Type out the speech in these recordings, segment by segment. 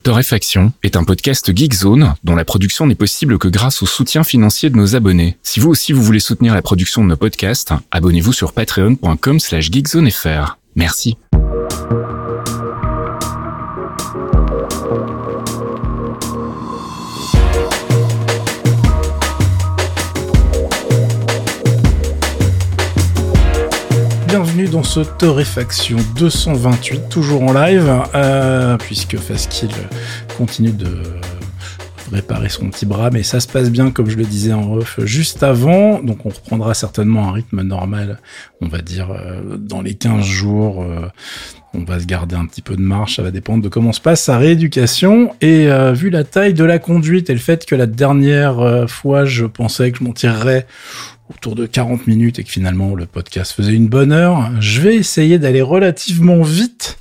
Torréfaction est un podcast Geekzone dont la production n'est possible que grâce au soutien financier de nos abonnés. Si vous aussi vous voulez soutenir la production de nos podcasts, abonnez-vous sur patreon.com/geekzonefr. Merci. Bienvenue dans ce Torréfaction 228, toujours en live, puisque Fastkill continue de réparer son petit bras, mais ça se passe bien, comme je le disais en off juste avant, donc on reprendra certainement un rythme normal, on va dire, dans les 15 jours, on va se garder un petit peu de marche, ça va dépendre de comment se passe sa rééducation, et vu la taille de la conduite et le fait que la dernière fois je pensais que je m'en tirerais autour de 40 minutes et que finalement le podcast faisait une bonne heure, je vais essayer d'aller relativement vite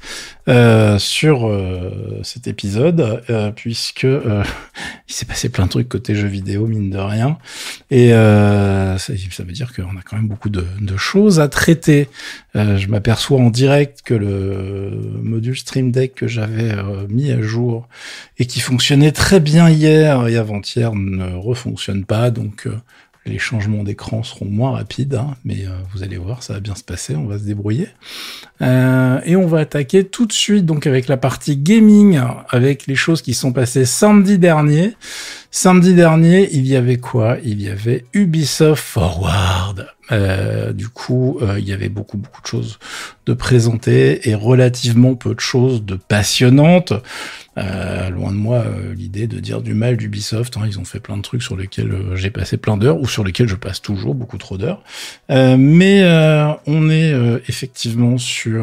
sur cet épisode, puisque il s'est passé plein de trucs côté jeux vidéo, mine de rien, et ça veut dire qu'on a quand même beaucoup de choses à traiter. Je m'aperçois en direct que le module Stream Deck que j'avais mis à jour et qui fonctionnait très bien hier et avant-hier ne refonctionne pas, donc les changements d'écran seront moins rapides, hein, mais vous allez voir, ça va bien se passer, on va se débrouiller. Et on va attaquer tout de suite donc avec la partie gaming, avec les choses qui sont passées samedi dernier. Samedi dernier, il y avait quoi ? Il y avait Ubisoft Forward. Du coup, il y avait beaucoup de choses de présentées et relativement peu de choses de passionnantes. Loin de moi l'idée de dire du mal d'Ubisoft, hein, ils ont fait plein de trucs sur lesquels j'ai passé plein d'heures, ou sur lesquels je passe toujours beaucoup trop d'heures. Mais on est effectivement sur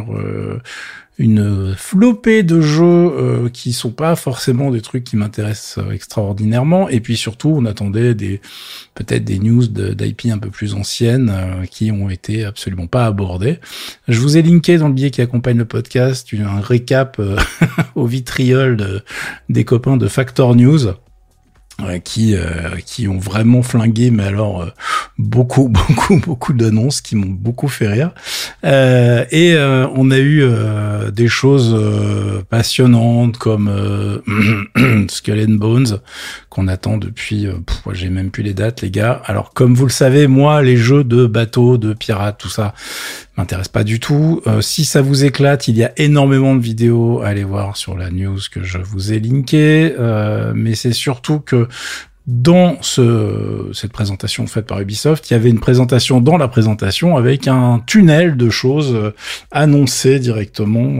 une flopée de jeux qui sont pas forcément des trucs qui m'intéressent extraordinairement, et puis surtout on attendait peut-être des news d'IP un peu plus anciennes qui ont été absolument pas abordées. Je vous ai linké dans le billet qui accompagne le podcast un récap au vitriol des copains de Factor News, qui ont vraiment flingué, mais alors beaucoup d'annonces qui m'ont beaucoup fait rire, et on a eu des choses passionnantes comme Skull and Bones qu'on attend depuis j'ai même plus les dates, les gars. Alors comme vous le savez, moi les jeux de bateaux, de pirates, tout ça m'intéresse pas du tout. Si ça vous éclate, il y a énormément de vidéos à aller voir sur la news que je vous ai linkée, mais c'est surtout que dans cette présentation faite par Ubisoft, il y avait une présentation dans la présentation avec un tunnel de choses annoncées directement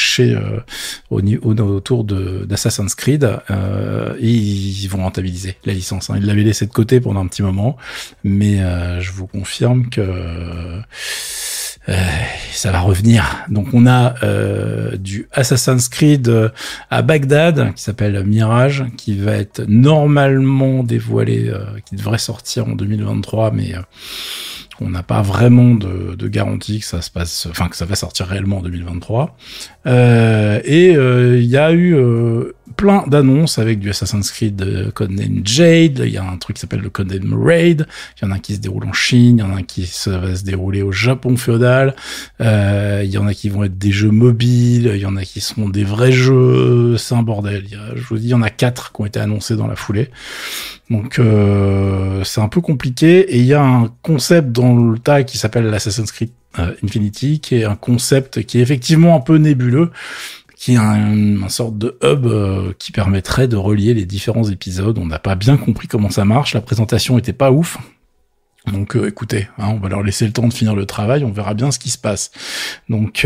autour d'Assassin's Creed, et ils vont rentabiliser la licence, hein. Ils l'avaient laissé de côté pendant un petit moment, mais je vous confirme que ça va revenir. Donc on a du Assassin's Creed à Bagdad qui s'appelle Mirage, qui va être normalement dévoilé, qui devrait sortir en 2023, mais on n'a pas vraiment de garantie que ça se passe, enfin que ça va sortir réellement en 2023. Et il y a eu plein d'annonces avec du Assassin's Creed Codename Jade. Il y a un truc qui s'appelle le Codename Raid. Il y en a un qui se déroule en Chine, il y en a un qui va se dérouler au Japon féodal. Il y en a qui vont être des jeux mobiles, il y en a qui seront des vrais jeux. C'est un bordel. Je vous dis, il y en a 4 qui ont été annoncés dans la foulée. Donc c'est un peu compliqué, et il y a un concept dans le tas qui s'appelle l'Assassin's Creed Infinity, qui est un concept qui est effectivement un peu nébuleux, qui est un sorte de hub qui permettrait de relier les différents épisodes. On n'a pas bien compris comment ça marche, la présentation était pas ouf. Donc écoutez, hein, on va leur laisser le temps de finir le travail, on verra bien ce qui se passe. Donc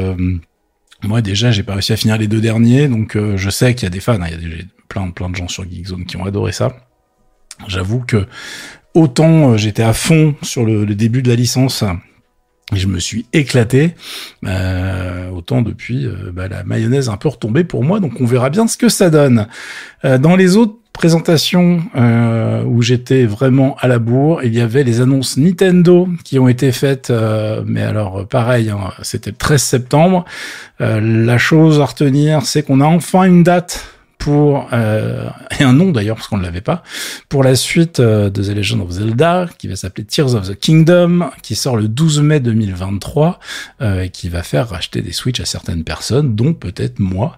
moi déjà j'ai pas réussi à finir les 2 derniers, donc je sais qu'il y a des fans, hein, il y a plein de gens sur Geekzone qui ont adoré ça. J'avoue que autant j'étais à fond sur le début de la licence et je me suis éclaté, autant depuis la mayonnaise un peu retombée pour moi, donc on verra bien ce que ça donne. Dans les autres présentations où j'étais vraiment à la bourre, il y avait les annonces Nintendo qui ont été faites, mais alors pareil, hein, c'était le 13 septembre. La chose à retenir, c'est qu'on a enfin une date pour et un nom d'ailleurs parce qu'on ne l'avait pas, pour la suite de The Legend of Zelda qui va s'appeler Tears of the Kingdom, qui sort le 12 mai 2023 et qui va faire racheter des Switch à certaines personnes, dont peut-être moi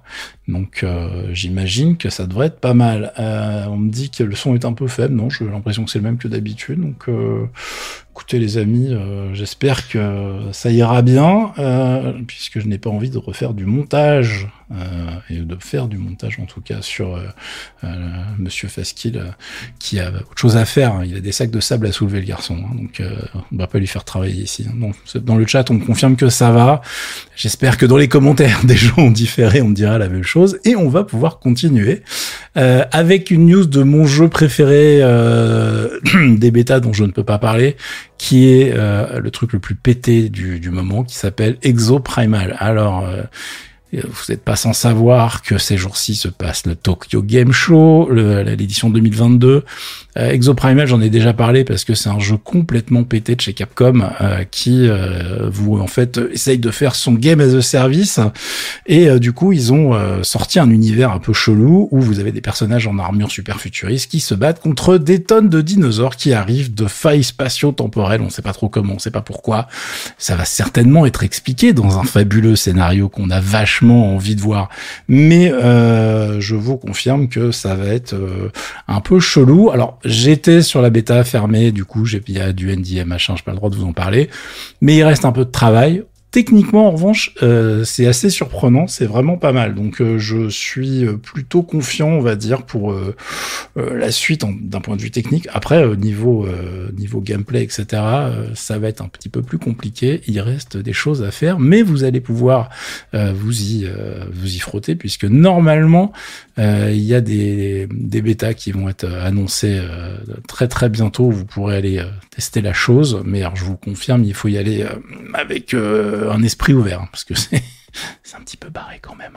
Donc j'imagine que ça devrait être pas mal. On me dit que le son est un peu faible. Non, j'ai l'impression que c'est le même que d'habitude. Donc écoutez les amis, j'espère que ça ira bien, puisque je n'ai pas envie de refaire du montage, et de faire du montage en tout cas sur Monsieur Faskill, qui a autre chose à faire. Il a des sacs de sable à soulever le garçon, hein, donc on va pas lui faire travailler ici. Donc, dans le chat, on me confirme que ça va. J'espère que dans les commentaires, des gens ont différé, on me dira la même chose, et on va pouvoir continuer avec une news de mon jeu préféré des bêtas dont je ne peux pas parler, qui est le truc le plus pété du moment, qui s'appelle Exoprimal. Alors, vous n'êtes pas sans savoir que ces jours-ci se passe le Tokyo Game Show, l'édition 2022. Exoprimal, j'en ai déjà parlé parce que c'est un jeu complètement pété de chez Capcom qui vous en fait essaye de faire son game as a service, et du coup ils ont sorti un univers un peu chelou où vous avez des personnages en armure super futuriste qui se battent contre des tonnes de dinosaures qui arrivent de failles spatio-temporelles. On sait pas trop comment, on sait pas pourquoi. Ça va certainement être expliqué dans un fabuleux scénario qu'on a vachement envie de voir, mais je vous confirme que ça va être un peu chelou. Alors j'étais sur la bêta fermée, du coup il y a du NDA machin, j'ai pas le droit de vous en parler, mais il reste un peu de travail. Techniquement, en revanche, c'est assez surprenant, c'est vraiment pas mal. Donc, je suis plutôt confiant, on va dire, pour la suite d'un point de vue technique. Après, niveau gameplay, etc., ça va être un petit peu plus compliqué. Il reste des choses à faire, mais vous allez pouvoir vous y frotter, puisque normalement, il y a des bêtas qui vont être annoncées très très bientôt. Vous pourrez aller tester la chose, mais alors, je vous confirme, il faut y aller avec un esprit ouvert, hein, parce que c'est un petit peu barré quand même.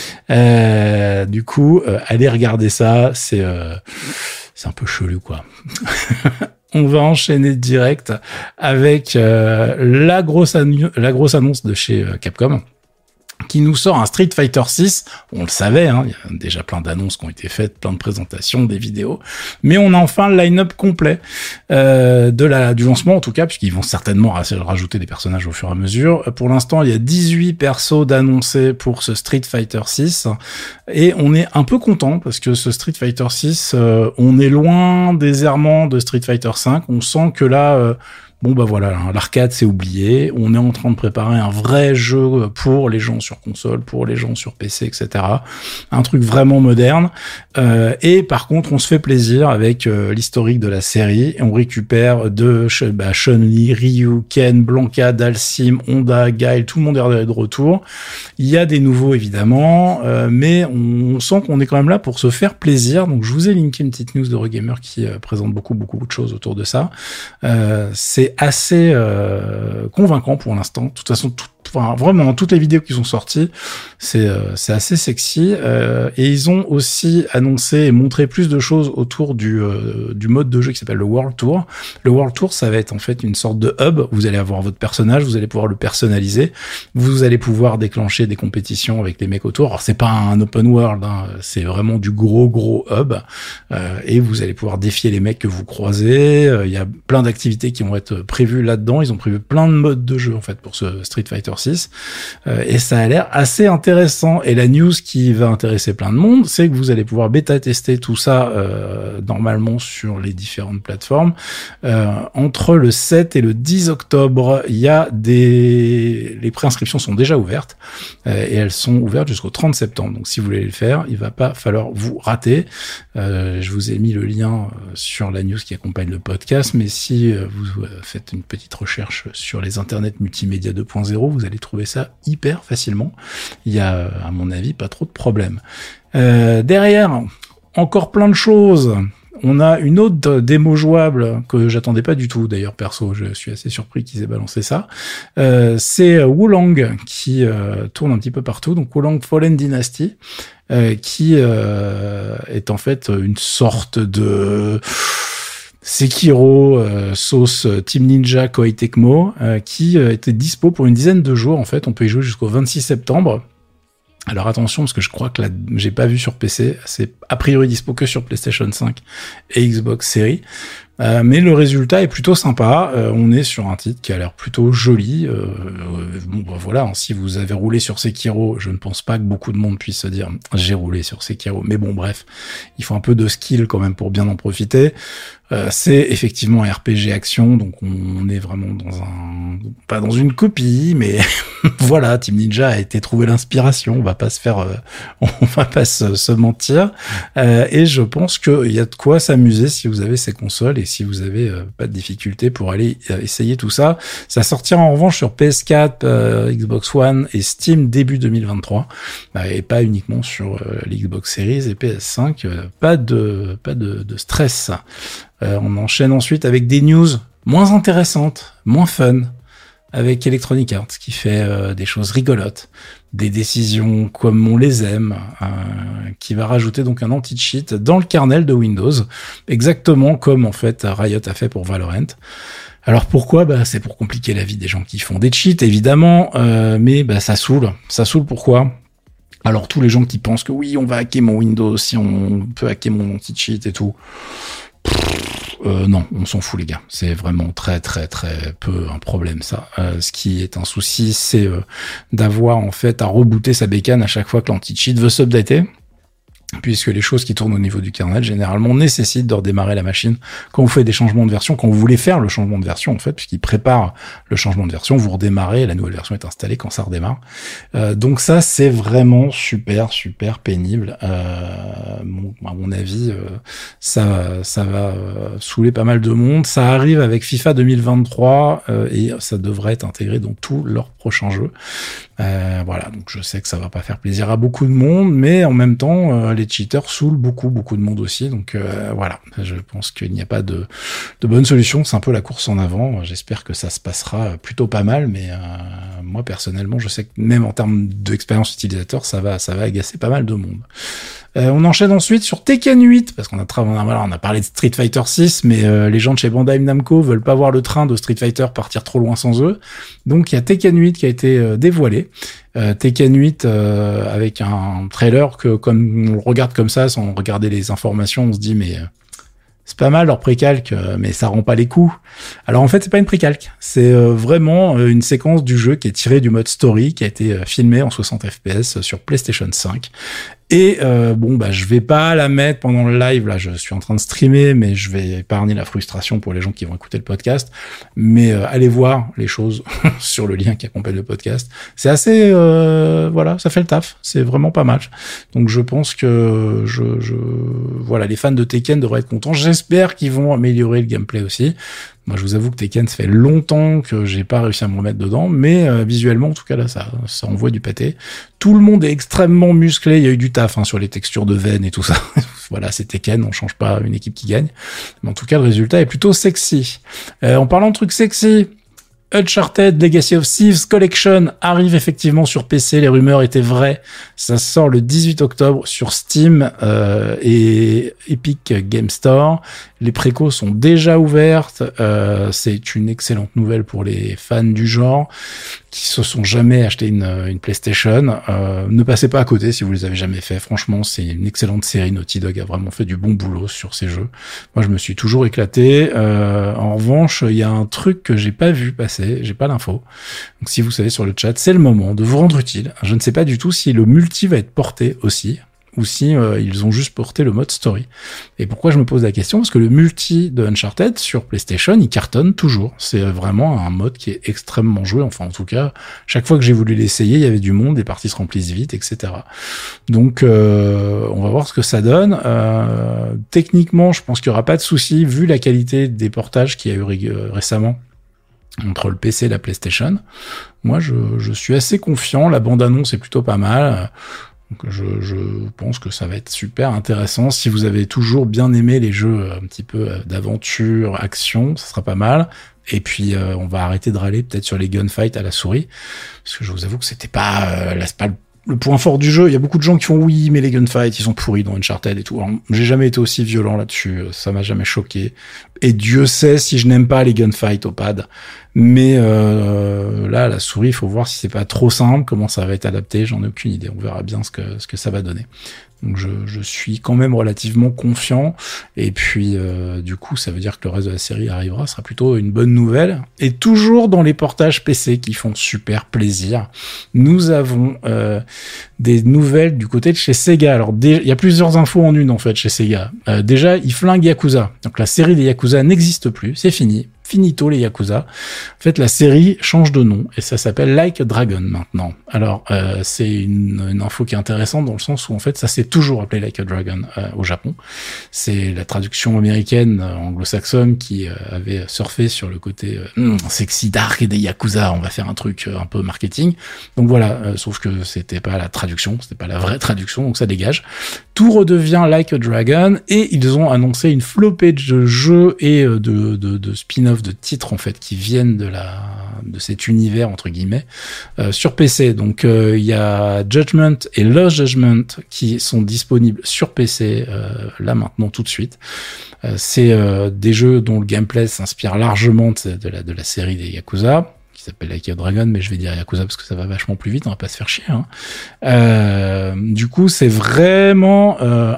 Du coup, allez regarder ça, c'est un peu chelou, quoi. On va enchaîner direct avec la grosse annonce de chez Capcom, qui nous sort un Street Fighter 6. On le savait, hein, il y a déjà plein d'annonces qui ont été faites, plein de présentations, des vidéos, mais on a enfin le line-up complet du lancement, en tout cas, puisqu'ils vont certainement rajouter des personnages au fur et à mesure. Pour l'instant, il y a 18 persos d'annoncés pour ce Street Fighter 6, et on est un peu content, parce que ce Street Fighter 6, on est loin des errements de Street Fighter 5. On sent que là... bon bah voilà, l'arcade c'est oublié, on est en train de préparer un vrai jeu pour les gens sur console, pour les gens sur PC, etc. Un truc vraiment moderne, et par contre on se fait plaisir avec l'historique de la série, et on récupère Chun-Li, Ryu, Ken, Blanca, Dalsim, Honda, Guile, tout le monde est de retour. Il y a des nouveaux évidemment, mais on sent qu'on est quand même là pour se faire plaisir. Donc je vous ai linké une petite news de Eurogamer qui présente beaucoup de choses autour de ça. C'est assez convaincant pour l'instant. De toute façon, vraiment, toutes les vidéos qui sont sorties, c'est assez sexy. Et ils ont aussi annoncé et montré plus de choses autour du mode de jeu qui s'appelle le World Tour. Le World Tour, ça va être en fait une sorte de hub. Vous allez avoir votre personnage, vous allez pouvoir le personnaliser, vous allez pouvoir déclencher des compétitions avec les mecs autour. Alors c'est pas un open world, hein, c'est vraiment du gros hub. Et vous allez pouvoir défier les mecs que vous croisez. Il y a plein d'activités qui vont être prévues là-dedans. Ils ont prévu plein de modes de jeu en fait pour ce Street Fighter 6, et ça a l'air assez intéressant. Et la news qui va intéresser plein de monde, c'est que vous allez pouvoir bêta tester tout ça normalement sur les différentes plateformes entre le 7 et le 10 octobre. Il y a les préinscriptions sont déjà ouvertes, et elles sont ouvertes jusqu'au 30 septembre. Donc si vous voulez le faire, il va pas falloir vous rater. Je vous ai mis le lien sur la news qui accompagne le podcast, mais si vous faites une petite recherche sur les internets multimédia 2.0, vous allez trouver ça hyper facilement. Il y a, à mon avis, pas trop de problèmes. Derrière, encore plein de choses. On a une autre démo jouable que j'attendais pas du tout. D'ailleurs, perso, je suis assez surpris qu'ils aient balancé ça. C'est Wulang qui tourne un petit peu partout. Donc Wulang Fallen Dynasty, qui est en fait une sorte de Sekiro sauce Team Ninja Koei Tecmo, qui était dispo pour une dizaine de jours. En fait, on peut y jouer jusqu'au 26 septembre. Alors attention, parce que je crois que là, j'ai pas vu sur PC, c'est a priori dispo que sur PlayStation 5 et Xbox Series. Mais le résultat est plutôt sympa. On est sur un titre qui a l'air plutôt joli. Voilà, si vous avez roulé sur Sekiro, je ne pense pas que beaucoup de monde puisse se dire j'ai roulé sur Sekiro. Mais bon, bref, il faut un peu de skill quand même pour bien en profiter. C'est effectivement un RPG action, donc on est vraiment pas dans une copie, mais voilà, Team Ninja a été trouver l'inspiration. On va pas se mentir. Et je pense qu'il y a de quoi s'amuser si vous avez ces consoles et si vous avez pas de difficulté pour aller essayer tout ça. Ça sortira en revanche sur PS4, Xbox One et Steam début 2023, et pas uniquement sur l'Xbox Series et PS5. Pas de stress. On enchaîne ensuite avec des news moins intéressantes, moins fun, avec Electronic Arts qui fait des choses rigolotes, des décisions comme on les aime, qui va rajouter donc un anti-cheat dans le kernel de Windows, exactement comme en fait Riot a fait pour Valorant. Alors pourquoi ? C'est pour compliquer la vie des gens qui font des cheats évidemment, mais ça saoule. Ça saoule pourquoi ? Alors tous les gens qui pensent que oui, on va hacker mon Windows, si on peut hacker mon anti-cheat et tout. Non, on s'en fout les gars. C'est vraiment très très très peu un problème ça. Ce qui est un souci, c'est d'avoir en fait à rebooter sa bécane à chaque fois que l'anti-cheat veut s'updater. Puisque les choses qui tournent au niveau du kernel, généralement, nécessitent de redémarrer la machine quand vous faites des changements de version, quand vous voulez faire le changement de version, en fait, puisqu'il prépare le changement de version, vous redémarrez, et la nouvelle version est installée quand ça redémarre. Donc ça, c'est vraiment super, super pénible. À mon avis, ça va saouler pas mal de monde. Ça arrive avec FIFA 2023, et ça devrait être intégré dans tous leurs prochains jeux. Voilà, donc je sais que ça va pas faire plaisir à beaucoup de monde, mais en même temps, les cheaters saoulent beaucoup de monde aussi, donc voilà, je pense qu'il n'y a pas de bonne solution, c'est un peu la course en avant. J'espère que ça se passera plutôt pas mal, mais moi personnellement, je sais que même en termes d'expérience utilisateur, ça va agacer pas mal de monde. On enchaîne ensuite sur Tekken 8, parce qu'on a parlé de Street Fighter 6, mais les gens de chez Bandai Namco veulent pas voir le train de Street Fighter partir trop loin sans eux. Donc il y a Tekken 8 qui a été dévoilé. Tekken 8 avec un trailer que comme on le regarde comme ça, sans regarder les informations, on se dit mais c'est pas mal leur précalque, mais ça rend pas les coups. Alors en fait, c'est pas une précalque, c'est vraiment une séquence du jeu qui est tirée du mode story, qui a été filmée en 60 FPS sur PlayStation 5. Et je vais pas la mettre pendant le live, là je suis en train de streamer, mais je vais épargner la frustration pour les gens qui vont écouter le podcast. Mais allez voir les choses sur le lien qui accompagne le podcast. C'est assez, ça fait le taf, c'est vraiment pas mal. Donc je pense que voilà, les fans de Tekken devraient être contents. J'espère qu'ils vont améliorer le gameplay aussi. Moi, je vous avoue que Tekken, ça fait longtemps que j'ai pas réussi à me remettre dedans, mais visuellement, en tout cas, là, ça envoie du pâté. Tout le monde est extrêmement musclé. Il y a eu du taf sur les textures de veines et tout ça. Voilà, c'est Tekken, on change pas une équipe qui gagne. Mais en tout cas, le résultat est plutôt sexy. En parlant de trucs sexy, Uncharted Legacy of Thieves Collection arrive effectivement sur PC, les rumeurs étaient vraies. Ça sort le 18 octobre sur Steam et Epic Game Store. Les précos sont déjà ouvertes. C'est une excellente nouvelle pour les fans du genre qui se sont jamais acheté une PlayStation. Ne passez pas à côté si vous les avez jamais fait. Franchement, c'est une excellente série. Naughty Dog a vraiment fait du bon boulot sur ces jeux. Moi, je me suis toujours éclaté. En revanche, il y a un truc que j'ai pas vu passer. J'ai pas l'info. Donc, si vous savez sur le chat, c'est le moment de vous rendre utile. Je ne sais pas du tout si le multi va être porté aussi, ou si ils ont juste porté le mode story. Et pourquoi je me pose la question ? Parce que le multi de Uncharted sur PlayStation, il cartonne toujours. C'est vraiment un mode qui est extrêmement joué. Enfin, en tout cas, chaque fois que j'ai voulu l'essayer, il y avait du monde, les parties se remplissent vite, etc. Donc, on va voir ce que ça donne. Techniquement, je pense qu'il n'y aura pas de souci, vu la qualité des portages qu'il y a eu récemment entre le PC et la PlayStation. Moi, je suis assez confiant. La bande-annonce est plutôt pas mal. Donc je pense que ça va être super intéressant. Si vous avez toujours bien aimé les jeux un petit peu d'aventure, action, ça sera pas mal. Et puis on va arrêter de râler peut-être sur les gunfights à la souris, parce que je vous avoue que c'était pas là, c'est pas le point fort du jeu. Il y a beaucoup de gens qui font oui, mais les gunfights, ils sont pourris dans Uncharted et tout. Alors, j'ai jamais été aussi violent là-dessus. Ça m'a jamais choqué. Et Dieu sait si je n'aime pas les gunfights au pad. Mais là, la souris, il faut voir si c'est pas trop simple, comment ça va être adapté. J'en ai aucune idée. On verra bien ce que ça va donner. Donc je suis quand même relativement confiant. Et puis du coup, ça veut dire que le reste de la série arrivera, sera plutôt une bonne nouvelle. Et toujours dans les portages PC qui font super plaisir, nous avons des nouvelles du côté de chez Sega. Alors il y a plusieurs infos en une en fait chez Sega. Déjà, ils flinguent Yakuza. Donc la série des Yakuza n'existe plus, c'est fini. Finito les Yakuza. En fait, la série change de nom et ça s'appelle Like a Dragon maintenant. Alors, c'est une info qui est intéressante dans le sens où en fait, ça s'est toujours appelé Like a Dragon au Japon. C'est la traduction américaine anglo-saxonne qui avait surfé sur le côté sexy dark et des Yakuza. On va faire un truc un peu marketing. Donc voilà, sauf que c'était pas la traduction, c'était pas la vraie traduction, donc ça dégage. Tout redevient Like a Dragon et ils ont annoncé une flopée de jeux et de spin-off de titres en fait qui viennent de cet univers entre guillemets sur PC. Donc il y a Judgment et Lost Judgment qui sont disponibles sur PC là maintenant tout de suite. C'est des jeux dont le gameplay s'inspire largement de la série des Yakuza, qui s'appelle Like a Dragon, mais je vais dire Yakuza parce que ça va vachement plus vite, on va pas se faire chier. Du coup, c'est vraiment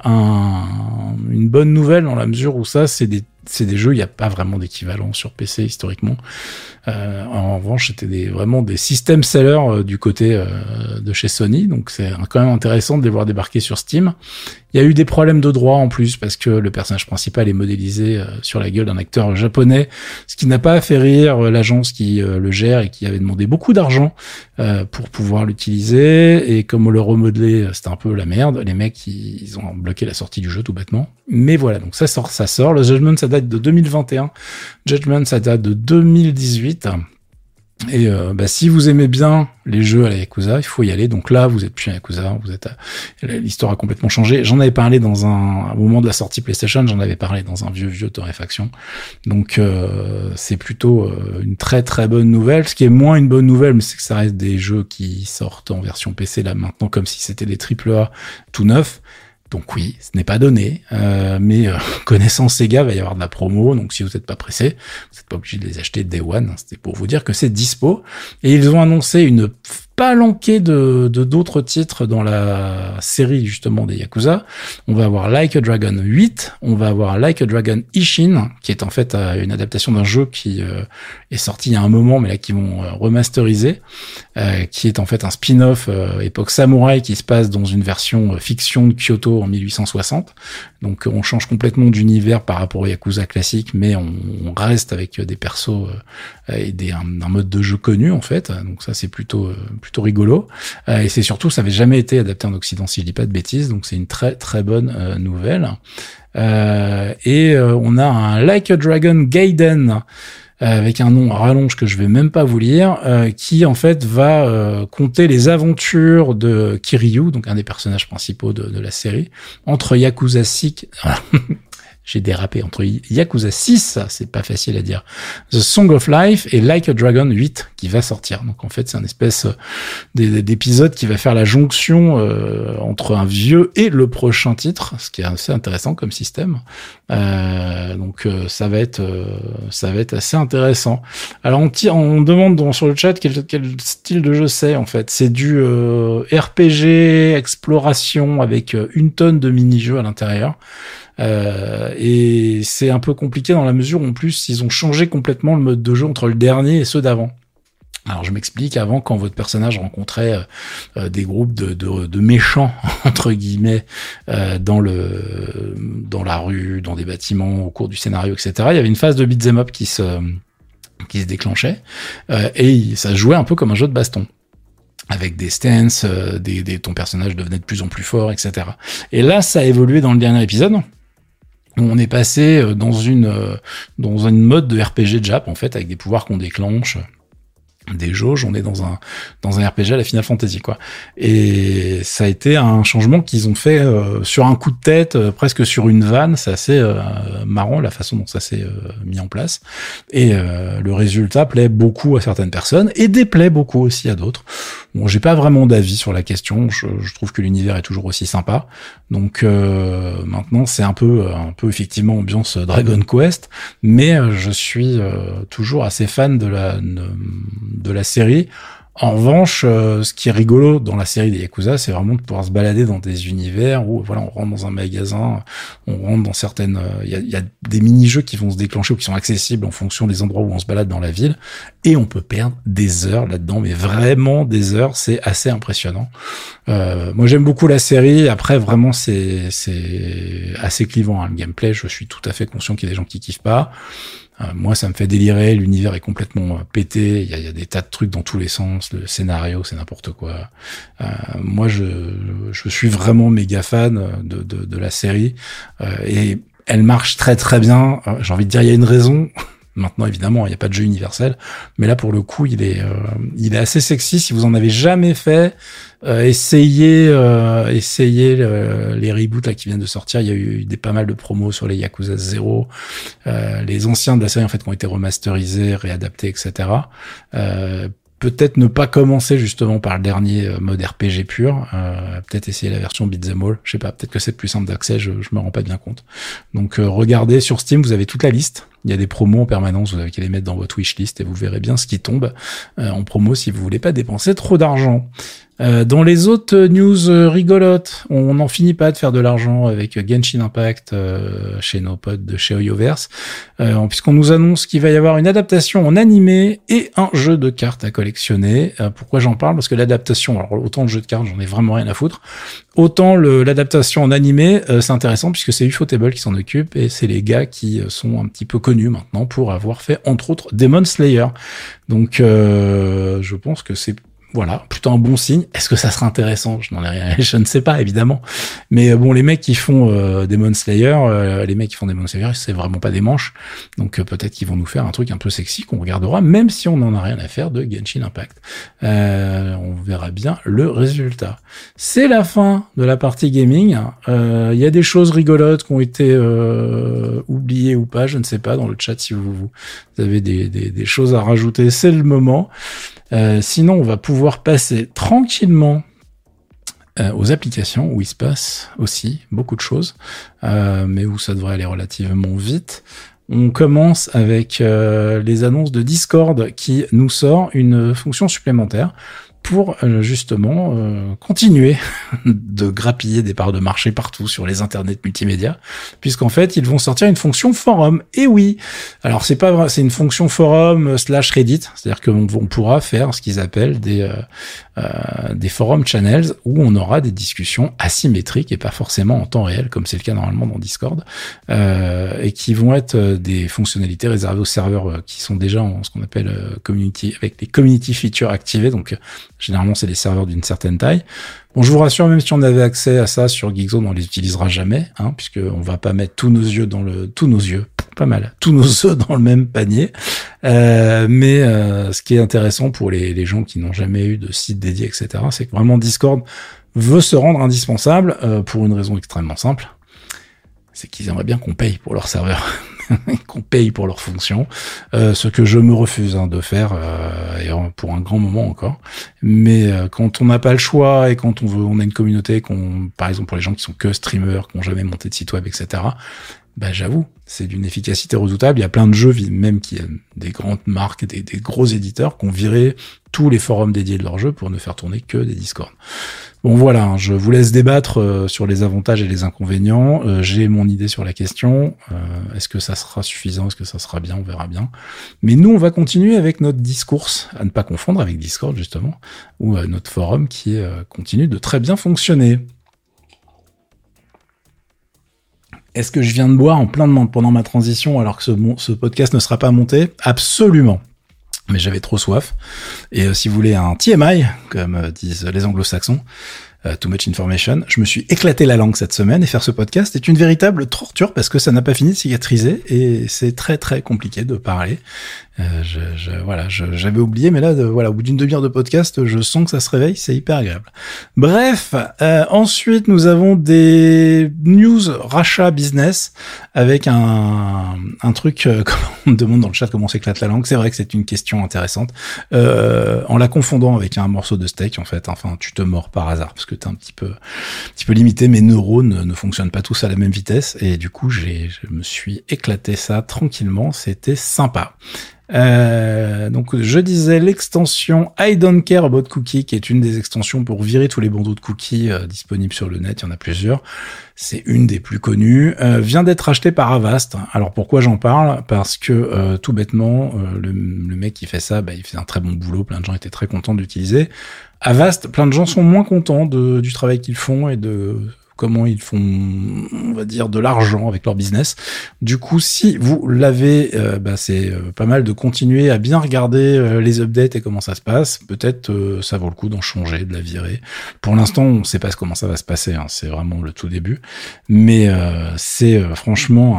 une bonne nouvelle dans la mesure où ça, c'est des jeux, il n'y a pas vraiment d'équivalent sur PC historiquement. En revanche, c'était vraiment des system sellers du côté de chez Sony, donc c'est quand même intéressant de les voir débarquer sur Steam. Il y a eu des problèmes de droit en plus parce que le personnage principal est modélisé sur la gueule d'un acteur japonais, ce qui n'a pas fait rire l'agence qui le gère et qui avait demandé beaucoup d'argent pour pouvoir l'utiliser. Et comme on le remodelé, c'était un peu la merde. Les mecs, ils ont bloqué la sortie du jeu tout bêtement. Mais voilà, donc ça sort. Le Judgment, ça date de 2021. Judgment, ça date de 2018. Et si vous aimez bien les jeux à la Yakuza, il faut y aller. Donc là, vous êtes plus à Yakuza, l'histoire a complètement changé. J'en avais parlé au moment de la sortie PlayStation, j'en avais parlé dans un vieux torréfaction. Donc c'est plutôt une très très bonne nouvelle. Ce qui est moins une bonne nouvelle, mais c'est que ça reste des jeux qui sortent en version PC là maintenant comme si c'était des AAA tout neufs. Donc oui, ce n'est pas donné, mais connaissant Sega, il va y avoir de la promo, donc si vous n'êtes pas pressé, vous n'êtes pas obligé de les acheter Day One, c'était pour vous dire que c'est dispo. Et ils ont annoncé une palanquée de d'autres titres dans la série justement des Yakuza. On va avoir Like a Dragon 8, on va avoir Like a Dragon Ishin, qui est en fait une adaptation d'un jeu qui est sorti il y a un moment, mais là qui vont remasteriser, qui est en fait un spin-off époque samouraï qui se passe dans une version fiction de Kyoto en 1860. Donc on change complètement d'univers par rapport au Yakuza classique, mais on reste avec des persos et un mode de jeu connu en fait. Donc ça c'est plutôt rigolo. Et c'est surtout, ça avait jamais été adapté en Occident si je dis pas de bêtises, donc c'est une très très bonne nouvelle. Et on a un Like a Dragon Gaiden avec un nom à rallonge que je vais même pas vous lire, qui en fait va conter les aventures de Kiryu, donc un des personnages principaux de la série, entre Yakuza 6... J'ai dérapé entre Yakuza 6, c'est pas facile à dire, The Song of Life et Like a Dragon 8 qui va sortir. Donc en fait c'est un espèce d'épisode qui va faire la jonction entre un vieux et le prochain titre, ce qui est assez intéressant comme système. Donc ça va être assez intéressant. Alors on demande sur le chat quel style de jeu c'est en fait. C'est du RPG exploration avec une tonne de mini-jeux à l'intérieur. Et c'est un peu compliqué dans la mesure où en plus ils ont changé complètement le mode de jeu entre le dernier et ceux d'avant. Alors je m'explique, avant quand votre personnage rencontrait des groupes de méchants entre guillemets dans la rue, dans des bâtiments, au cours du scénario, etc. Il y avait une phase de beat'em up qui se déclenchait et ça se jouait un peu comme un jeu de baston. Avec des stances, ton personnage devenait de plus en plus fort, etc. Et là, ça a évolué dans le dernier épisode. On est passé dans une mode de RPG Jap, en fait, avec des pouvoirs qu'on déclenche, des jauges. On est dans un RPG à la Final Fantasy, quoi. Et ça a été un changement qu'ils ont fait sur un coup de tête, presque sur une vanne. C'est assez marrant la façon dont ça s'est mis en place. Et le résultat plaît beaucoup à certaines personnes et déplaît beaucoup aussi à d'autres. Bon, j'ai pas vraiment d'avis sur la question. Je trouve que l'univers est toujours aussi sympa. Donc maintenant, c'est un peu effectivement ambiance Dragon Quest, mais je suis toujours assez fan de la série. En revanche, ce qui est rigolo dans la série des Yakuza, c'est vraiment de pouvoir se balader dans des univers où, voilà, on rentre dans un magasin, on rentre dans certaines, il y a des mini-jeux qui vont se déclencher ou qui sont accessibles en fonction des endroits où on se balade dans la ville, et on peut perdre des heures là-dedans, mais vraiment des heures, c'est assez impressionnant. Moi, j'aime beaucoup la série. Après, vraiment, c'est assez clivant, hein, le gameplay. Je suis tout à fait conscient qu'il y a des gens qui kiffent pas. Moi, ça me fait délirer. L'univers est complètement pété. Il y a des tas de trucs dans tous les sens. Le scénario, c'est n'importe quoi. Moi, je suis vraiment méga fan de la série. Et elle marche très très bien. J'ai envie de dire, il y a une raison. Maintenant, évidemment, il n'y a pas de jeu universel, mais là, pour le coup, il est assez sexy. Si vous en avez jamais fait, essayez les reboots là qui viennent de sortir. Il y a eu pas mal de promos sur les Yakuza 0, les anciens de la série en fait qui ont été remasterisés, réadaptés, etc. Peut-être ne pas commencer justement par le dernier mode RPG pur, peut-être essayer la version Beat'em All, je sais pas, peut-être que c'est plus simple d'accès, je me rends pas bien compte. Donc regardez sur Steam, vous avez toute la liste, il y a des promos en permanence, vous avez qu'à les mettre dans votre wishlist et vous verrez bien ce qui tombe en promo si vous voulez pas dépenser trop d'argent. Dans les autres news rigolotes, on n'en finit pas de faire de l'argent avec Genshin Impact chez nos potes de chez Hoyoverse, puisqu'on nous annonce qu'il va y avoir une adaptation en animé et un jeu de cartes à collectionner. Pourquoi j'en parle? Parce que l'adaptation, alors autant le jeu de cartes, j'en ai vraiment rien à foutre, autant l'adaptation en animé, c'est intéressant puisque c'est Ufotable qui s'en occupe et c'est les gars qui sont un petit peu connus maintenant pour avoir fait entre autres Demon Slayer. Donc je pense que c'est plutôt un bon signe. Est-ce que ça sera intéressant? Je n'en ai rien, je ne sais pas, évidemment. Mais bon, les mecs qui font Demon Slayer, c'est vraiment pas des manches. Donc peut-être qu'ils vont nous faire un truc un peu sexy qu'on regardera, même si on n'en a rien à faire de Genshin Impact. On verra bien le résultat. C'est la fin de la partie gaming. Il y a des choses rigolotes qui ont été oubliées ou pas, je ne sais pas, dans le chat si vous avez des choses à rajouter, c'est le moment. Sinon, on va pouvoir passer tranquillement aux applications où il se passe aussi beaucoup de choses, mais où ça devrait aller relativement vite. On commence avec les annonces de Discord qui nous sort une fonction supplémentaire pour justement continuer de grappiller des parts de marché partout sur les internets multimédia, puisqu'en fait ils vont sortir une fonction forum. Et oui, alors c'est pas vrai, c'est une fonction forum / Reddit, c'est-à-dire qu'on pourra faire ce qu'ils appellent des forum channels où on aura des discussions asymétriques et pas forcément en temps réel comme c'est le cas normalement dans Discord, et qui vont être des fonctionnalités réservées aux serveurs qui sont déjà en ce qu'on appelle community, avec les community features activées. Donc généralement, c'est des serveurs d'une certaine taille. Bon, je vous rassure, même si on avait accès à ça sur Geekzone, on les utilisera jamais, puisque on va pas mettre tous nos œufs dans le même panier. Mais ce qui est intéressant pour les gens qui n'ont jamais eu de site dédié, etc., c'est que vraiment Discord veut se rendre indispensable pour une raison extrêmement simple. C'est qu'ils aimeraient bien qu'on paye pour leur serveur. Qu'on paye pour leurs fonctions, ce que je me refuse de faire et pour un grand moment encore. Mais quand on n'a pas le choix et quand on a une communauté, par exemple pour les gens qui sont que streamers, qui n'ont jamais monté de site web, etc., j'avoue, c'est d'une efficacité redoutable. Il y a plein de jeux, même qui des grandes marques, des gros éditeurs qui ont viré tous les forums dédiés de leurs jeux pour ne faire tourner que des Discord. Bon voilà, je vous laisse débattre sur les avantages et les inconvénients. J'ai mon idée sur la question. Est-ce que ça sera suffisant? Est-ce que ça sera bien? On verra bien. Mais nous, on va continuer avec notre discours, à ne pas confondre avec Discord justement, ou notre forum qui continue de très bien fonctionner. Est-ce que je viens de boire en plein pendant ma transition alors que ce podcast ne sera pas monté? Absolument. Mais j'avais trop soif. Et si vous voulez un TMI, comme disent les anglo-saxons, too much information, je me suis éclaté la langue cette semaine et faire ce podcast est une véritable torture parce que ça n'a pas fini de cicatriser et c'est très très compliqué de parler. J'avais oublié, mais là, au bout d'une demi-heure de podcast, je sens que ça se réveille, c'est hyper agréable. Bref, ensuite, nous avons des news rachat business avec un truc, on me demande dans le chat comment on s'éclate la langue. C'est vrai que c'est une question intéressante. En la confondant avec un morceau de steak, en fait, enfin, tu te mords par hasard parce que t'es un petit peu limité. Mes neurones ne fonctionnent pas tous à la même vitesse et du coup, je me suis éclaté ça tranquillement. C'était sympa. Donc je disais l'extension I Don't Care About Cookie, qui est une des extensions pour virer tous les bandeaux de cookies disponibles sur le net. Il y en a plusieurs. C'est une des plus connues. Vient d'être achetée par Avast. Alors pourquoi j'en parle? Parce que tout bêtement, le mec qui fait ça, il fait un très bon boulot. Plein de gens étaient très contents d'utiliser. Avast, plein de gens sont moins contents du travail qu'ils font et de comment ils font, on va dire, de l'argent avec leur business. Du coup, si vous l'avez, c'est pas mal de continuer à bien regarder les updates et comment ça se passe. Peut-être ça vaut le coup d'en changer, de la virer. Pour l'instant, on sait pas comment ça va se passer. Hein. C'est vraiment le tout début. Mais c'est franchement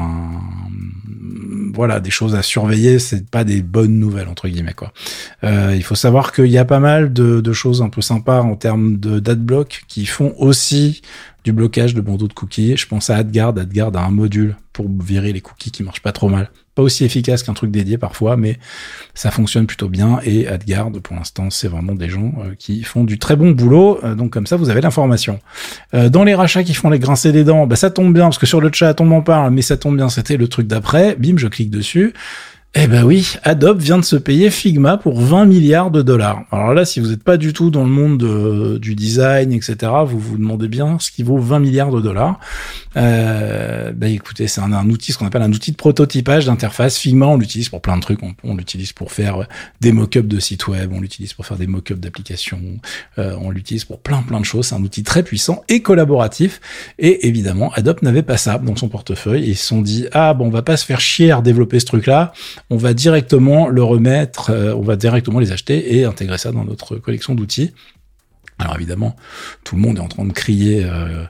des choses à surveiller. C'est pas des bonnes nouvelles, entre guillemets, quoi. Il faut savoir qu'il y a pas mal de choses un peu sympas en termes d'adblock qui font aussi du blocage de bandeaux de cookies. Je pense à AdGuard. AdGuard a un module pour virer les cookies qui marchent pas trop mal. Pas aussi efficace qu'un truc dédié parfois, mais ça fonctionne plutôt bien. Et AdGuard, pour l'instant, c'est vraiment des gens qui font du très bon boulot. Donc comme ça, vous avez l'information. Dans les rachats qui font les grincer des dents, ça tombe bien, parce que sur le chat, on m'en parle, mais ça tombe bien, c'était le truc d'après. Bim, je clique dessus. Eh ben oui, Adobe vient de se payer Figma pour 20 milliards de dollars. Alors là, si vous n'êtes pas du tout dans le monde du design, etc., vous vous demandez bien ce qui vaut 20 milliards de dollars. Écoutez, c'est un outil, ce qu'on appelle un outil de prototypage d'interface. Figma, on l'utilise pour plein de trucs. On l'utilise pour faire des mock-ups de sites web, on l'utilise pour faire des mock-ups d'applications, on l'utilise pour plein de choses. C'est un outil très puissant et collaboratif. Et évidemment, Adobe n'avait pas ça dans son portefeuille. Et ils se sont dit, on va pas se faire chier à redévelopper ce truc-là. On va directement le remettre, on va directement les acheter et intégrer ça dans notre collection d'outils. Alors évidemment, tout le monde est en train de crier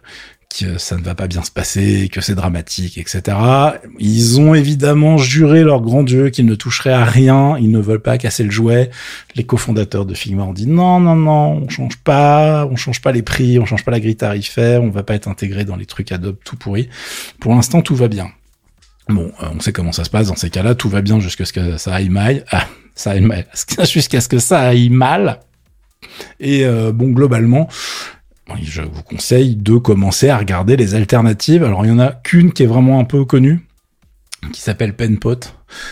que ça ne va pas bien se passer, que c'est dramatique, etc. Ils ont évidemment juré leur grand Dieu qu'ils ne toucheraient à rien, ils ne veulent pas casser le jouet. Les cofondateurs de Figma ont dit non, on change pas les prix, on change pas la grille tarifaire, on va pas être intégré dans les trucs Adobe tout pourris. Pour l'instant, tout va bien. Bon, on sait comment ça se passe dans ces cas-là, tout va bien jusqu'à ce que ça aille mal. Jusqu'à ce que ça aille mal. Et globalement, je vous conseille de commencer à regarder les alternatives. Alors, il y en a qu'une qui est vraiment un peu connue, qui s'appelle Penpot,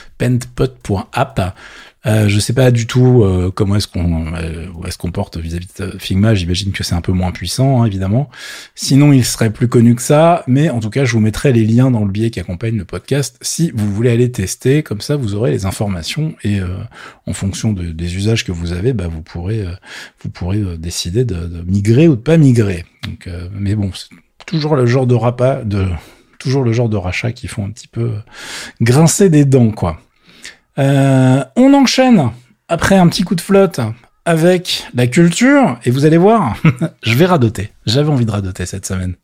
penpot.app. Je sais pas du tout comment est-ce qu'on porte vis-à-vis de Figma. J'imagine que c'est un peu moins puissant, hein, évidemment. Sinon, il serait plus connu que ça. Mais en tout cas, je vous mettrai les liens dans le billet qui accompagne le podcast. Si vous voulez aller tester, comme ça, vous aurez les informations et en fonction des usages que vous avez, vous pourrez décider de migrer ou de pas migrer. Donc, mais bon, c'est toujours le genre de rachat qui font un petit peu grincer des dents, quoi. On enchaîne après un petit coup de flotte avec la culture et vous allez voir, je vais radoter. J'avais envie de radoter cette semaine.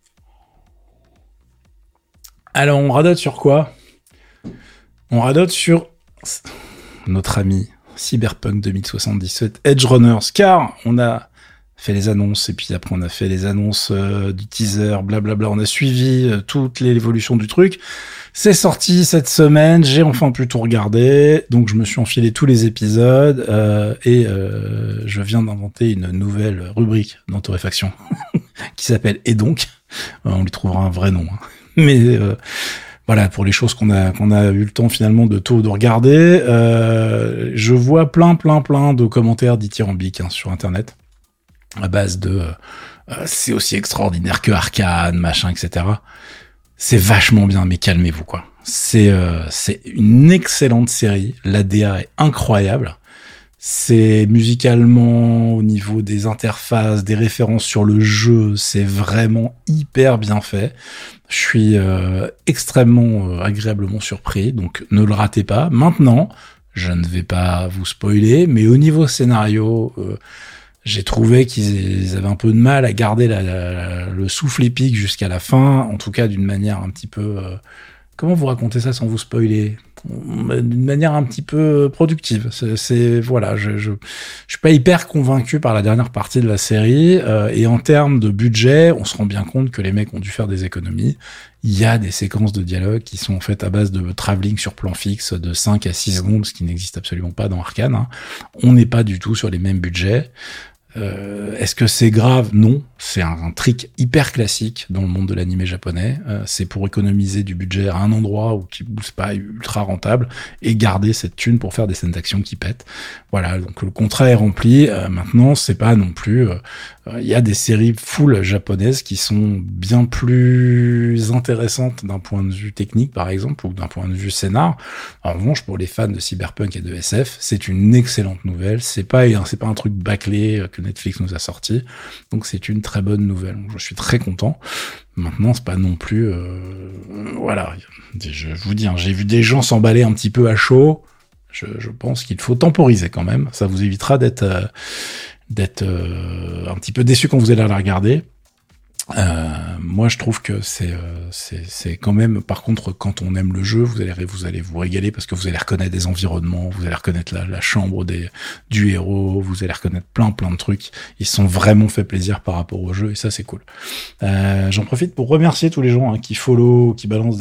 Alors on radote sur quoi? On radote sur notre ami Cyberpunk 2077 Edge Runners, car on a fait les annonces et puis après on a fait les annonces du teaser, blablabla. On a suivi toute l'évolution du truc. C'est sorti cette semaine, j'ai enfin pu tout regarder, donc je me suis enfilé tous les épisodes et je viens d'inventer une nouvelle rubrique dans Torréfaction qui s'appelle « Et donc ?» On lui trouvera un vrai nom. Hein. Mais voilà, pour les choses qu'on a eu le temps finalement de regarder, je vois plein de commentaires dithyrambiques sur Internet à base de c'est aussi extraordinaire que Arcane, machin, etc. C'est vachement bien, mais calmez-vous, quoi. C'est une excellente série. L'ADA est incroyable. C'est musicalement, au niveau des interfaces, des références sur le jeu, c'est vraiment hyper bien fait. Je suis extrêmement agréablement surpris, donc ne le ratez pas. Maintenant, je ne vais pas vous spoiler, mais au niveau scénario, j'ai trouvé qu'ils avaient un peu de mal à garder le souffle épique jusqu'à la fin, en tout cas d'une manière un petit peu... comment vous raconter ça sans vous spoiler? D'une manière un petit peu productive. Voilà, je suis pas hyper convaincu par la dernière partie de la série, et en termes de budget, on se rend bien compte que les mecs ont dû faire des économies. Il y a des séquences de dialogue qui sont faites à base de travelling sur plan fixe de 5 à 6 secondes, ce qui n'existe absolument pas dans Arcane. Hein. On n'est pas du tout sur les mêmes budgets. Est-ce que c'est grave? Non, c'est un trick hyper classique dans le monde de l'anime japonais. C'est pour économiser du budget à un endroit où c'est pas ultra rentable et garder cette thune pour faire des scènes d'action qui pètent. Voilà, donc le contrat est rempli. Maintenant, c'est pas non plus... Il y a des séries full japonaises qui sont bien plus intéressantes d'un point de vue technique, par exemple, ou d'un point de vue scénar. En revanche, pour les fans de cyberpunk et de SF, c'est une excellente nouvelle. C'est pas un truc bâclé que Netflix nous a sorti. Donc c'est une très bonne nouvelle. Donc, je suis très content. Maintenant, c'est pas non plus... voilà. Je vous dis, j'ai vu des gens s'emballer un petit peu à chaud. Je pense qu'il faut temporiser quand même. Ça vous évitera d'être un petit peu déçu quand vous allez la regarder. Moi, je trouve que c'est quand même, par contre, quand on aime le jeu, vous allez vous régaler parce que vous allez reconnaître des environnements, vous allez reconnaître la chambre du héros, vous allez reconnaître plein de trucs. Ils se sont vraiment fait plaisir par rapport au jeu et ça, c'est cool. J'en profite pour remercier tous les gens qui follow, qui balancent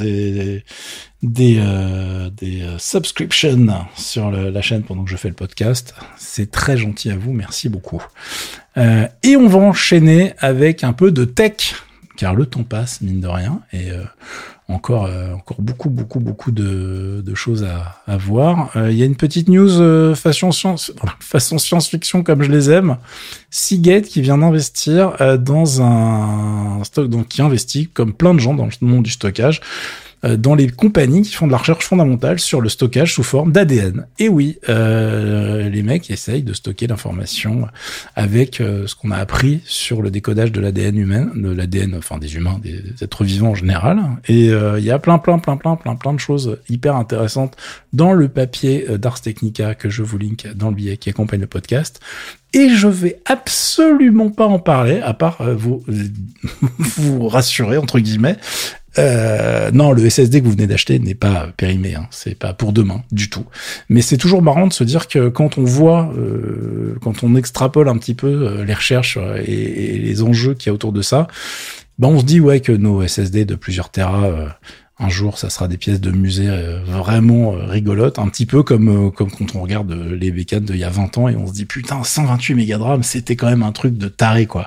des subscriptions sur la chaîne pendant que je fais le podcast. C'est très gentil à vous, merci beaucoup. Et on va enchaîner avec un peu de tech, car le temps passe, mine de rien, et encore beaucoup de choses à voir. Il y a une petite news façon science-fiction comme je les aime. Seagate qui vient d'investir dans un stock, donc qui investit comme plein de gens dans le monde du stockage, dans les compagnies qui font de la recherche fondamentale sur le stockage sous forme d'ADN. Et oui, les mecs essayent de stocker l'information avec ce qu'on a appris sur le décodage de l'ADN humain, de l'ADN, enfin des humains, des êtres vivants en général. Et il y a plein de choses hyper intéressantes dans le papier d'Ars Technica que je vous link dans le billet qui accompagne le podcast. Et je vais absolument pas en parler, à part vous rassurer, entre guillemets. Non, le SSD que vous venez d'acheter n'est pas périmé, hein. C'est pas pour demain du tout. Mais c'est toujours marrant de se dire que quand on voit, quand on extrapole un petit peu les recherches et les enjeux qu'il y a autour de ça, on se dit que nos SSD de plusieurs téras, un jour, ça sera des pièces de musée vraiment rigolotes, un petit peu comme quand on regarde les bécanes d'il y a 20 ans et on se dit putain, 128 mégadrames, c'était quand même un truc de taré, quoi.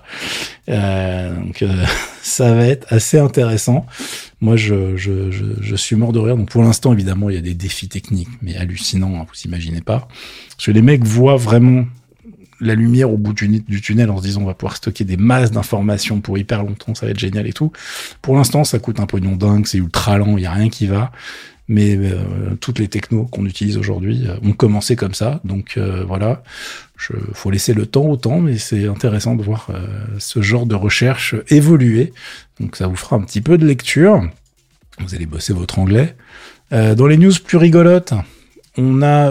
Donc ça va être assez intéressant. Moi, je suis mort de rire. Donc pour l'instant, évidemment, il y a des défis techniques, mais hallucinants, hein, vous imaginez pas. Parce que les mecs voient vraiment la lumière au bout du tunnel en se disant on va pouvoir stocker des masses d'informations pour hyper longtemps, ça va être génial et tout. Pour l'instant, ça coûte un pognon dingue, c'est ultra lent, il y a rien qui va. Mais toutes les technos qu'on utilise aujourd'hui ont commencé comme ça. Donc voilà, faut laisser le temps au temps, mais c'est intéressant de voir ce genre de recherche évoluer. Donc ça vous fera un petit peu de lecture. Vous allez bosser votre anglais. Dans les news plus rigolotes, on a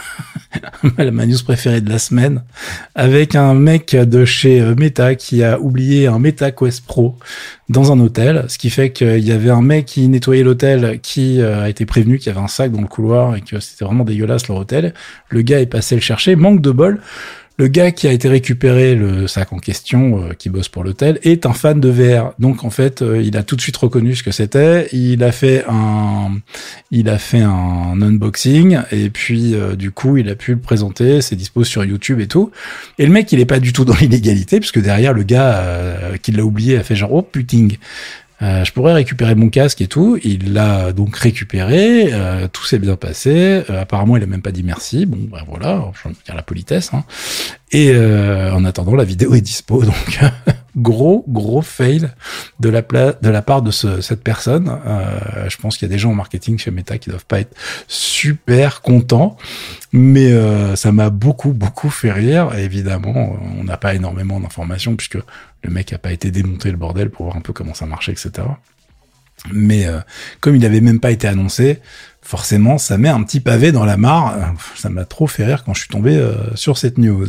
ma news préférée de la semaine, avec un mec de chez Meta qui a oublié un Meta Quest Pro dans un hôtel, ce qui fait qu'il y avait un mec qui nettoyait l'hôtel qui a été prévenu qu'il y avait un sac dans le couloir et que c'était vraiment dégueulasse leur hôtel. Le gars est passé le chercher, manque de bol. Le gars qui a été récupéré le sac en question, qui bosse pour l'hôtel, est un fan de VR. Donc en fait, il a tout de suite reconnu ce que c'était. Il a fait un unboxing et puis du coup, il a pu le présenter. C'est dispo sur YouTube et tout. Et le mec, il est pas du tout dans l'illégalité puisque derrière le gars qui l'a oublié a fait genre oh putain. Je pourrais récupérer mon casque et tout. Il l'a donc récupéré. Tout s'est bien passé. Apparemment, il a même pas dit merci. Bon, voilà, je veux dire la politesse. Hein. Et en attendant, la vidéo est dispo. Donc, gros fail de la part de cette personne. Je pense qu'il y a des gens en marketing chez Meta qui doivent pas être super contents. Mais ça m'a beaucoup fait rire. Et évidemment, on n'a pas énormément d'informations puisque le mec a pas été démonté le bordel pour voir un peu comment ça marchait, etc. Mais comme il avait même pas été annoncé, forcément, ça met un petit pavé dans la mare. Ça m'a trop fait rire quand je suis tombé sur cette news.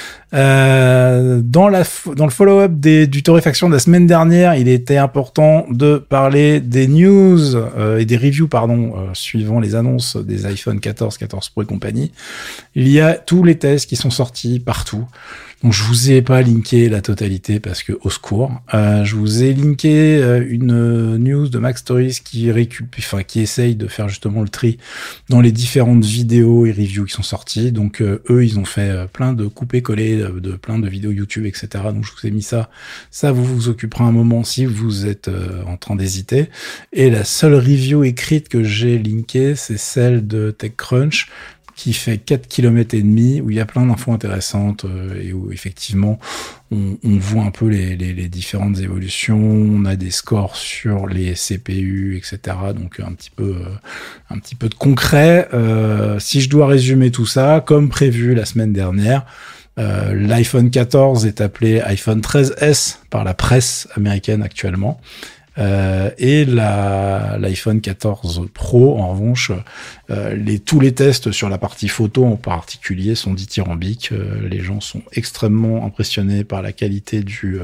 Dans le follow-up du torréfaction de la semaine dernière, il était important de parler des news et des reviews, suivant les annonces des iPhone 14, 14 Pro et compagnie. Il y a tous les tests qui sont sortis partout. Donc je vous ai pas linké la totalité parce que au secours. Je vous ai linké une news de Mac Stories qui essaye de faire justement le tri dans les différentes vidéos et reviews qui sont sorties. Donc eux, ils ont fait plein de coupés-collés de plein de vidéos YouTube, etc. Donc je vous ai mis ça. Ça vous occupera un moment si vous êtes en train d'hésiter. Et la seule review écrite que j'ai linkée, c'est celle de TechCrunch, qui fait 4 km et demi, où il y a plein d'infos intéressantes et où effectivement on voit un peu les différentes évolutions. On a des scores sur les CPU, etc. Donc un petit peu de concret. Si je dois résumer tout ça, comme prévu la semaine dernière, l'iPhone 14 est appelé iPhone 13S par la presse américaine actuellement. Et l'iPhone 14 Pro, en revanche, tous les tests sur la partie photo en particulier sont dithyrambiques. Les gens sont extrêmement impressionnés par la qualité du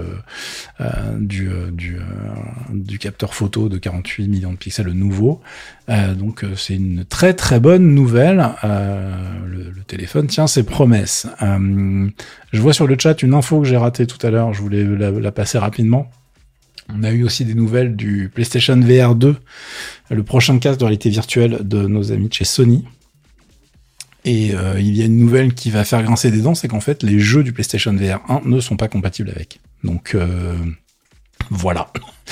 capteur photo de 48 millions de pixels, le nouveau. Donc c'est une très très bonne nouvelle. Le téléphone tient ses promesses. Je vois sur le chat une info que j'ai ratée tout à l'heure. Je voulais la passer rapidement. On a eu aussi des nouvelles du PlayStation VR 2, le prochain casque de réalité virtuelle de nos amis de chez Sony. Et il y a une nouvelle qui va faire grincer des dents, c'est qu'en fait, les jeux du PlayStation VR 1 ne sont pas compatibles avec. Donc, voilà.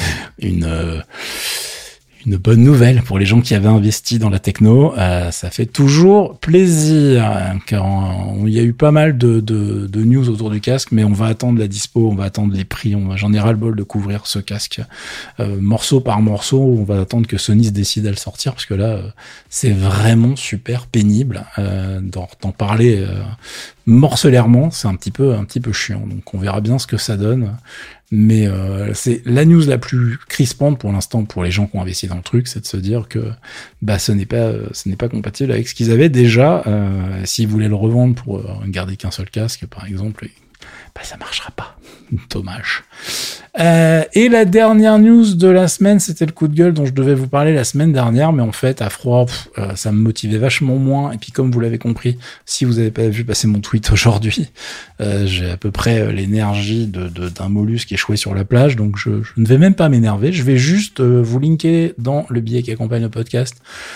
Une bonne nouvelle pour les gens qui avaient investi dans la techno. Ça fait toujours plaisir, car il y a eu pas mal de news autour du casque, mais on va attendre la dispo, on va attendre les prix. J'en ai ras-le-bol de couvrir ce casque morceau par morceau. On va attendre que Sony se décide à le sortir, parce que là, c'est vraiment super pénible d'en parler morcelairement. C'est un petit peu chiant. Donc on verra bien ce que ça donne. Mais c'est la news la plus crispante pour l'instant pour les gens qui ont investi dans le truc, c'est de se dire que ce n'est pas compatible avec ce qu'ils avaient déjà. S'ils voulaient le revendre pour garder qu'un seul casque, par exemple, ça marchera pas. Dommage. Et la dernière news de la semaine, c'était le coup de gueule dont je devais vous parler la semaine dernière, mais en fait, à froid, ça me motivait vachement moins. Et puis, comme vous l'avez compris, si vous avez pas vu passer mon tweet aujourd'hui, j'ai à peu près l'énergie d'un mollusque échoué sur la plage, donc je ne vais même pas m'énerver. Je vais juste vous linker dans le billet qui accompagne le podcast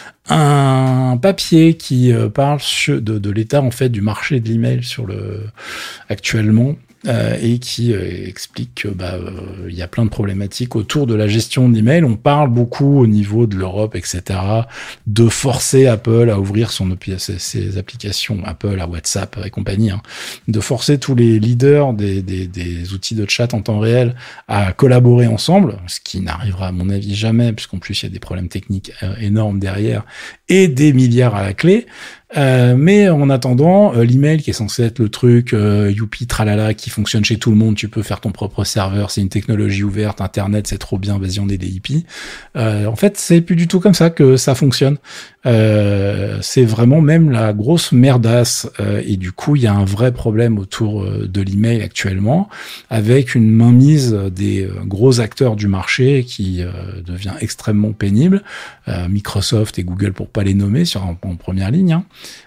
un papier qui parle de l'état en fait du marché de l'email actuellement. Et qui explique que il y a plein de problématiques autour de la gestion de l'email. On parle beaucoup au niveau de l'Europe, etc., de forcer Apple à ouvrir ses applications, Apple à WhatsApp et compagnie, de forcer tous les leaders des outils de chat en temps réel à collaborer ensemble, ce qui n'arrivera à mon avis jamais, puisqu'en plus il y a des problèmes techniques énormes derrière et des milliards à la clé. Mais en attendant, l'email qui est censé être le truc youpi tralala qui fonctionne chez tout le monde, tu peux faire ton propre serveur, c'est une technologie ouverte, Internet c'est trop bien, vas-y on est des hippies. En fait, c'est plus du tout comme ça que ça fonctionne. C'est vraiment même la grosse merdasse et du coup il y a un vrai problème autour de l'email actuellement, avec une mainmise des gros acteurs du marché qui devient extrêmement pénible. Microsoft et Google pour pas les nommer en première ligne.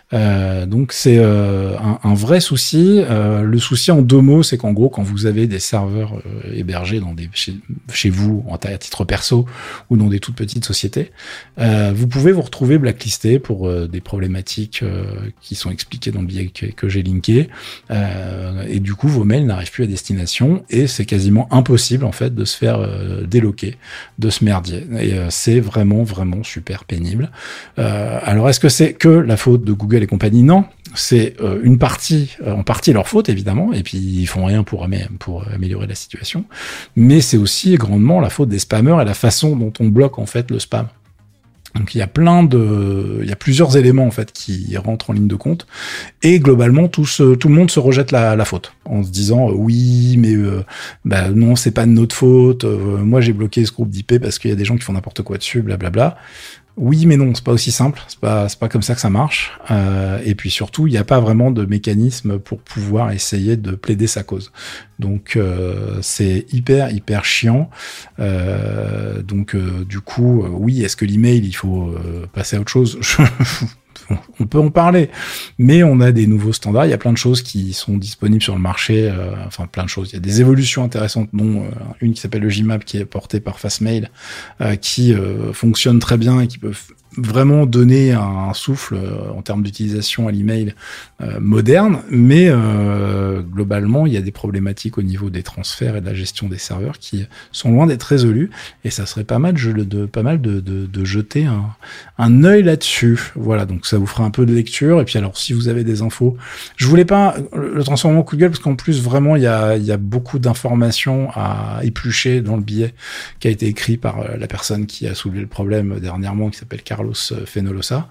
Donc c'est un vrai souci. Le souci en deux mots, c'est qu'en gros, quand vous avez des serveurs hébergés chez vous à titre perso ou dans des toutes petites sociétés, vous pouvez vous retrouver blacklisté pour des problématiques qui sont expliquées dans le billet que j'ai linké. Et du coup, vos mails n'arrivent plus à destination et c'est quasiment impossible en fait de se faire déloquer de ce merdier. Et c'est vraiment super pénible. Alors est-ce que c'est que la faute de Google et compagnie? Non, c'est en partie leur faute évidemment, et puis ils font rien pour améliorer la situation, mais c'est aussi grandement la faute des spammers et la façon dont on bloque en fait le spam. Donc il y a plusieurs éléments en fait qui rentrent en ligne de compte, et globalement tout le monde se rejette la faute en se disant oui mais non c'est pas de notre faute, moi j'ai bloqué ce groupe d'IP parce qu'il y a des gens qui font n'importe quoi dessus, blablabla. Oui, mais non, c'est pas aussi simple. C'est pas comme ça que ça marche. Et puis surtout, il n'y a pas vraiment de mécanisme pour pouvoir essayer de plaider sa cause. Donc c'est hyper chiant. Donc du coup, oui, est-ce que l'email, il faut passer à autre chose? On peut en parler, mais on a des nouveaux standards. Il y a plein de choses qui sont disponibles sur le marché. Enfin, plein de choses. Il y a des évolutions intéressantes, dont une qui s'appelle le Gmap, qui est portée par Fastmail, qui fonctionne très bien et qui peut vraiment donner un souffle en termes d'utilisation à l'email moderne, mais globalement, il y a des problématiques au niveau des transferts et de la gestion des serveurs qui sont loin d'être résolues, et ça serait pas mal de jeter un œil là-dessus. Voilà, donc ça vous fera un peu de lecture. Et puis alors, si vous avez des infos, je voulais pas le transformer en coup de gueule, parce qu'en plus, vraiment, il y a beaucoup d'informations à éplucher dans le billet qui a été écrit par la personne qui a soulevé le problème dernièrement, qui s'appelle Carlos Fenolosa,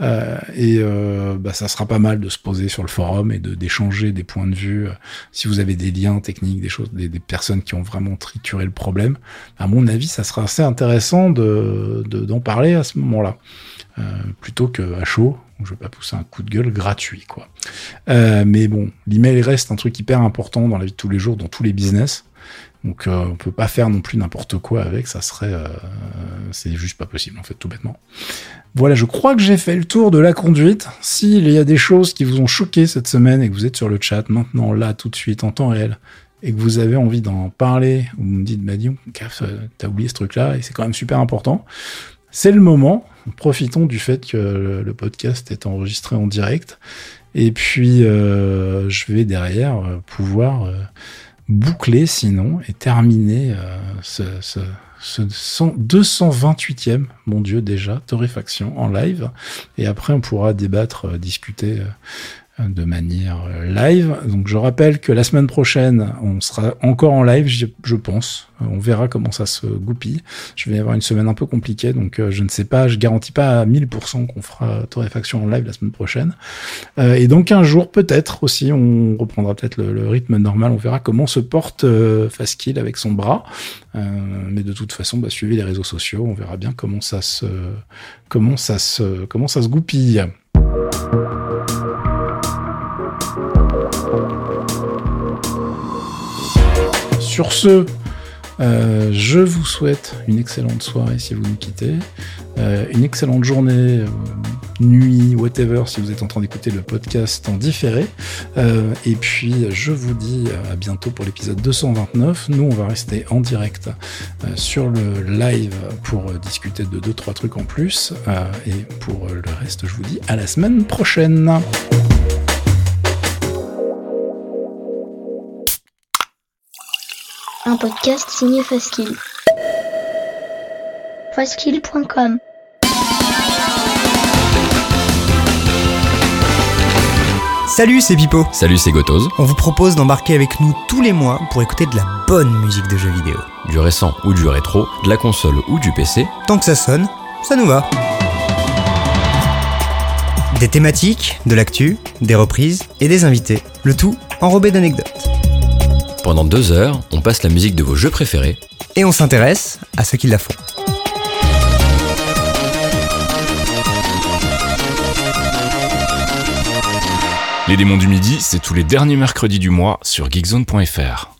ça sera pas mal de se poser sur le forum et d'échanger des points de vue. Si vous avez des liens techniques, des choses, des personnes qui ont vraiment trituré le problème, à mon avis, ça sera assez intéressant d'en parler à ce moment-là, plutôt que à chaud. Je vais pas pousser un coup de gueule gratuit, quoi. Mais bon, l'email reste un truc hyper important dans la vie de tous les jours, dans tous les business. Donc on peut pas faire non plus n'importe quoi avec, ça serait c'est juste pas possible en fait, tout bêtement. Voilà, je crois que j'ai fait le tour de la conduite. S'il y a des choses qui vous ont choqué cette semaine et que vous êtes sur le chat maintenant, là, tout de suite, en temps réel, et que vous avez envie d'en parler, ou vous me dites, bah dis donc, t'as oublié ce truc-là, et c'est quand même super important, c'est le moment. Profitons du fait que le podcast est enregistré en direct, et puis je vais derrière pouvoir boucler sinon et terminer ce 228e, mon Dieu, déjà, torréfaction en live. Et après, on pourra débattre, discuter de manière live. Donc je rappelle que la semaine prochaine, on sera encore en live, je pense. On verra comment ça se goupille. Je vais avoir une semaine un peu compliquée, donc je ne sais pas, je garantis pas à 1000% qu'on fera torréfaction en live la semaine prochaine. Et donc un jour, peut-être aussi, on reprendra peut-être le rythme normal, on verra comment se porte Fastkill avec son bras. Mais de toute façon, suivez les réseaux sociaux, on verra bien comment ça se goupille. Sur ce, je vous souhaite une excellente soirée si vous nous quittez, une excellente journée, nuit, whatever, si vous êtes en train d'écouter le podcast en différé. Et puis, je vous dis à bientôt pour l'épisode 229. Nous, on va rester en direct sur le live pour discuter de 2-3 trucs en plus. Et pour le reste, je vous dis à la semaine prochaine. Un podcast signé Fastkill. Fastkill.com. Salut, c'est Pipo. Salut, c'est Gotoz. On vous propose d'embarquer avec nous tous les mois pour écouter de la bonne musique de jeux vidéo. Du récent ou du rétro, de la console ou du PC. Tant que ça sonne, ça nous va. Des thématiques, de l'actu, des reprises et des invités. Le tout enrobé d'anecdotes. Pendant 2 heures, on passe la musique de vos jeux préférés. Et on s'intéresse à ceux qui la font. Les démons du midi, c'est tous les derniers mercredis du mois sur geekzone.fr.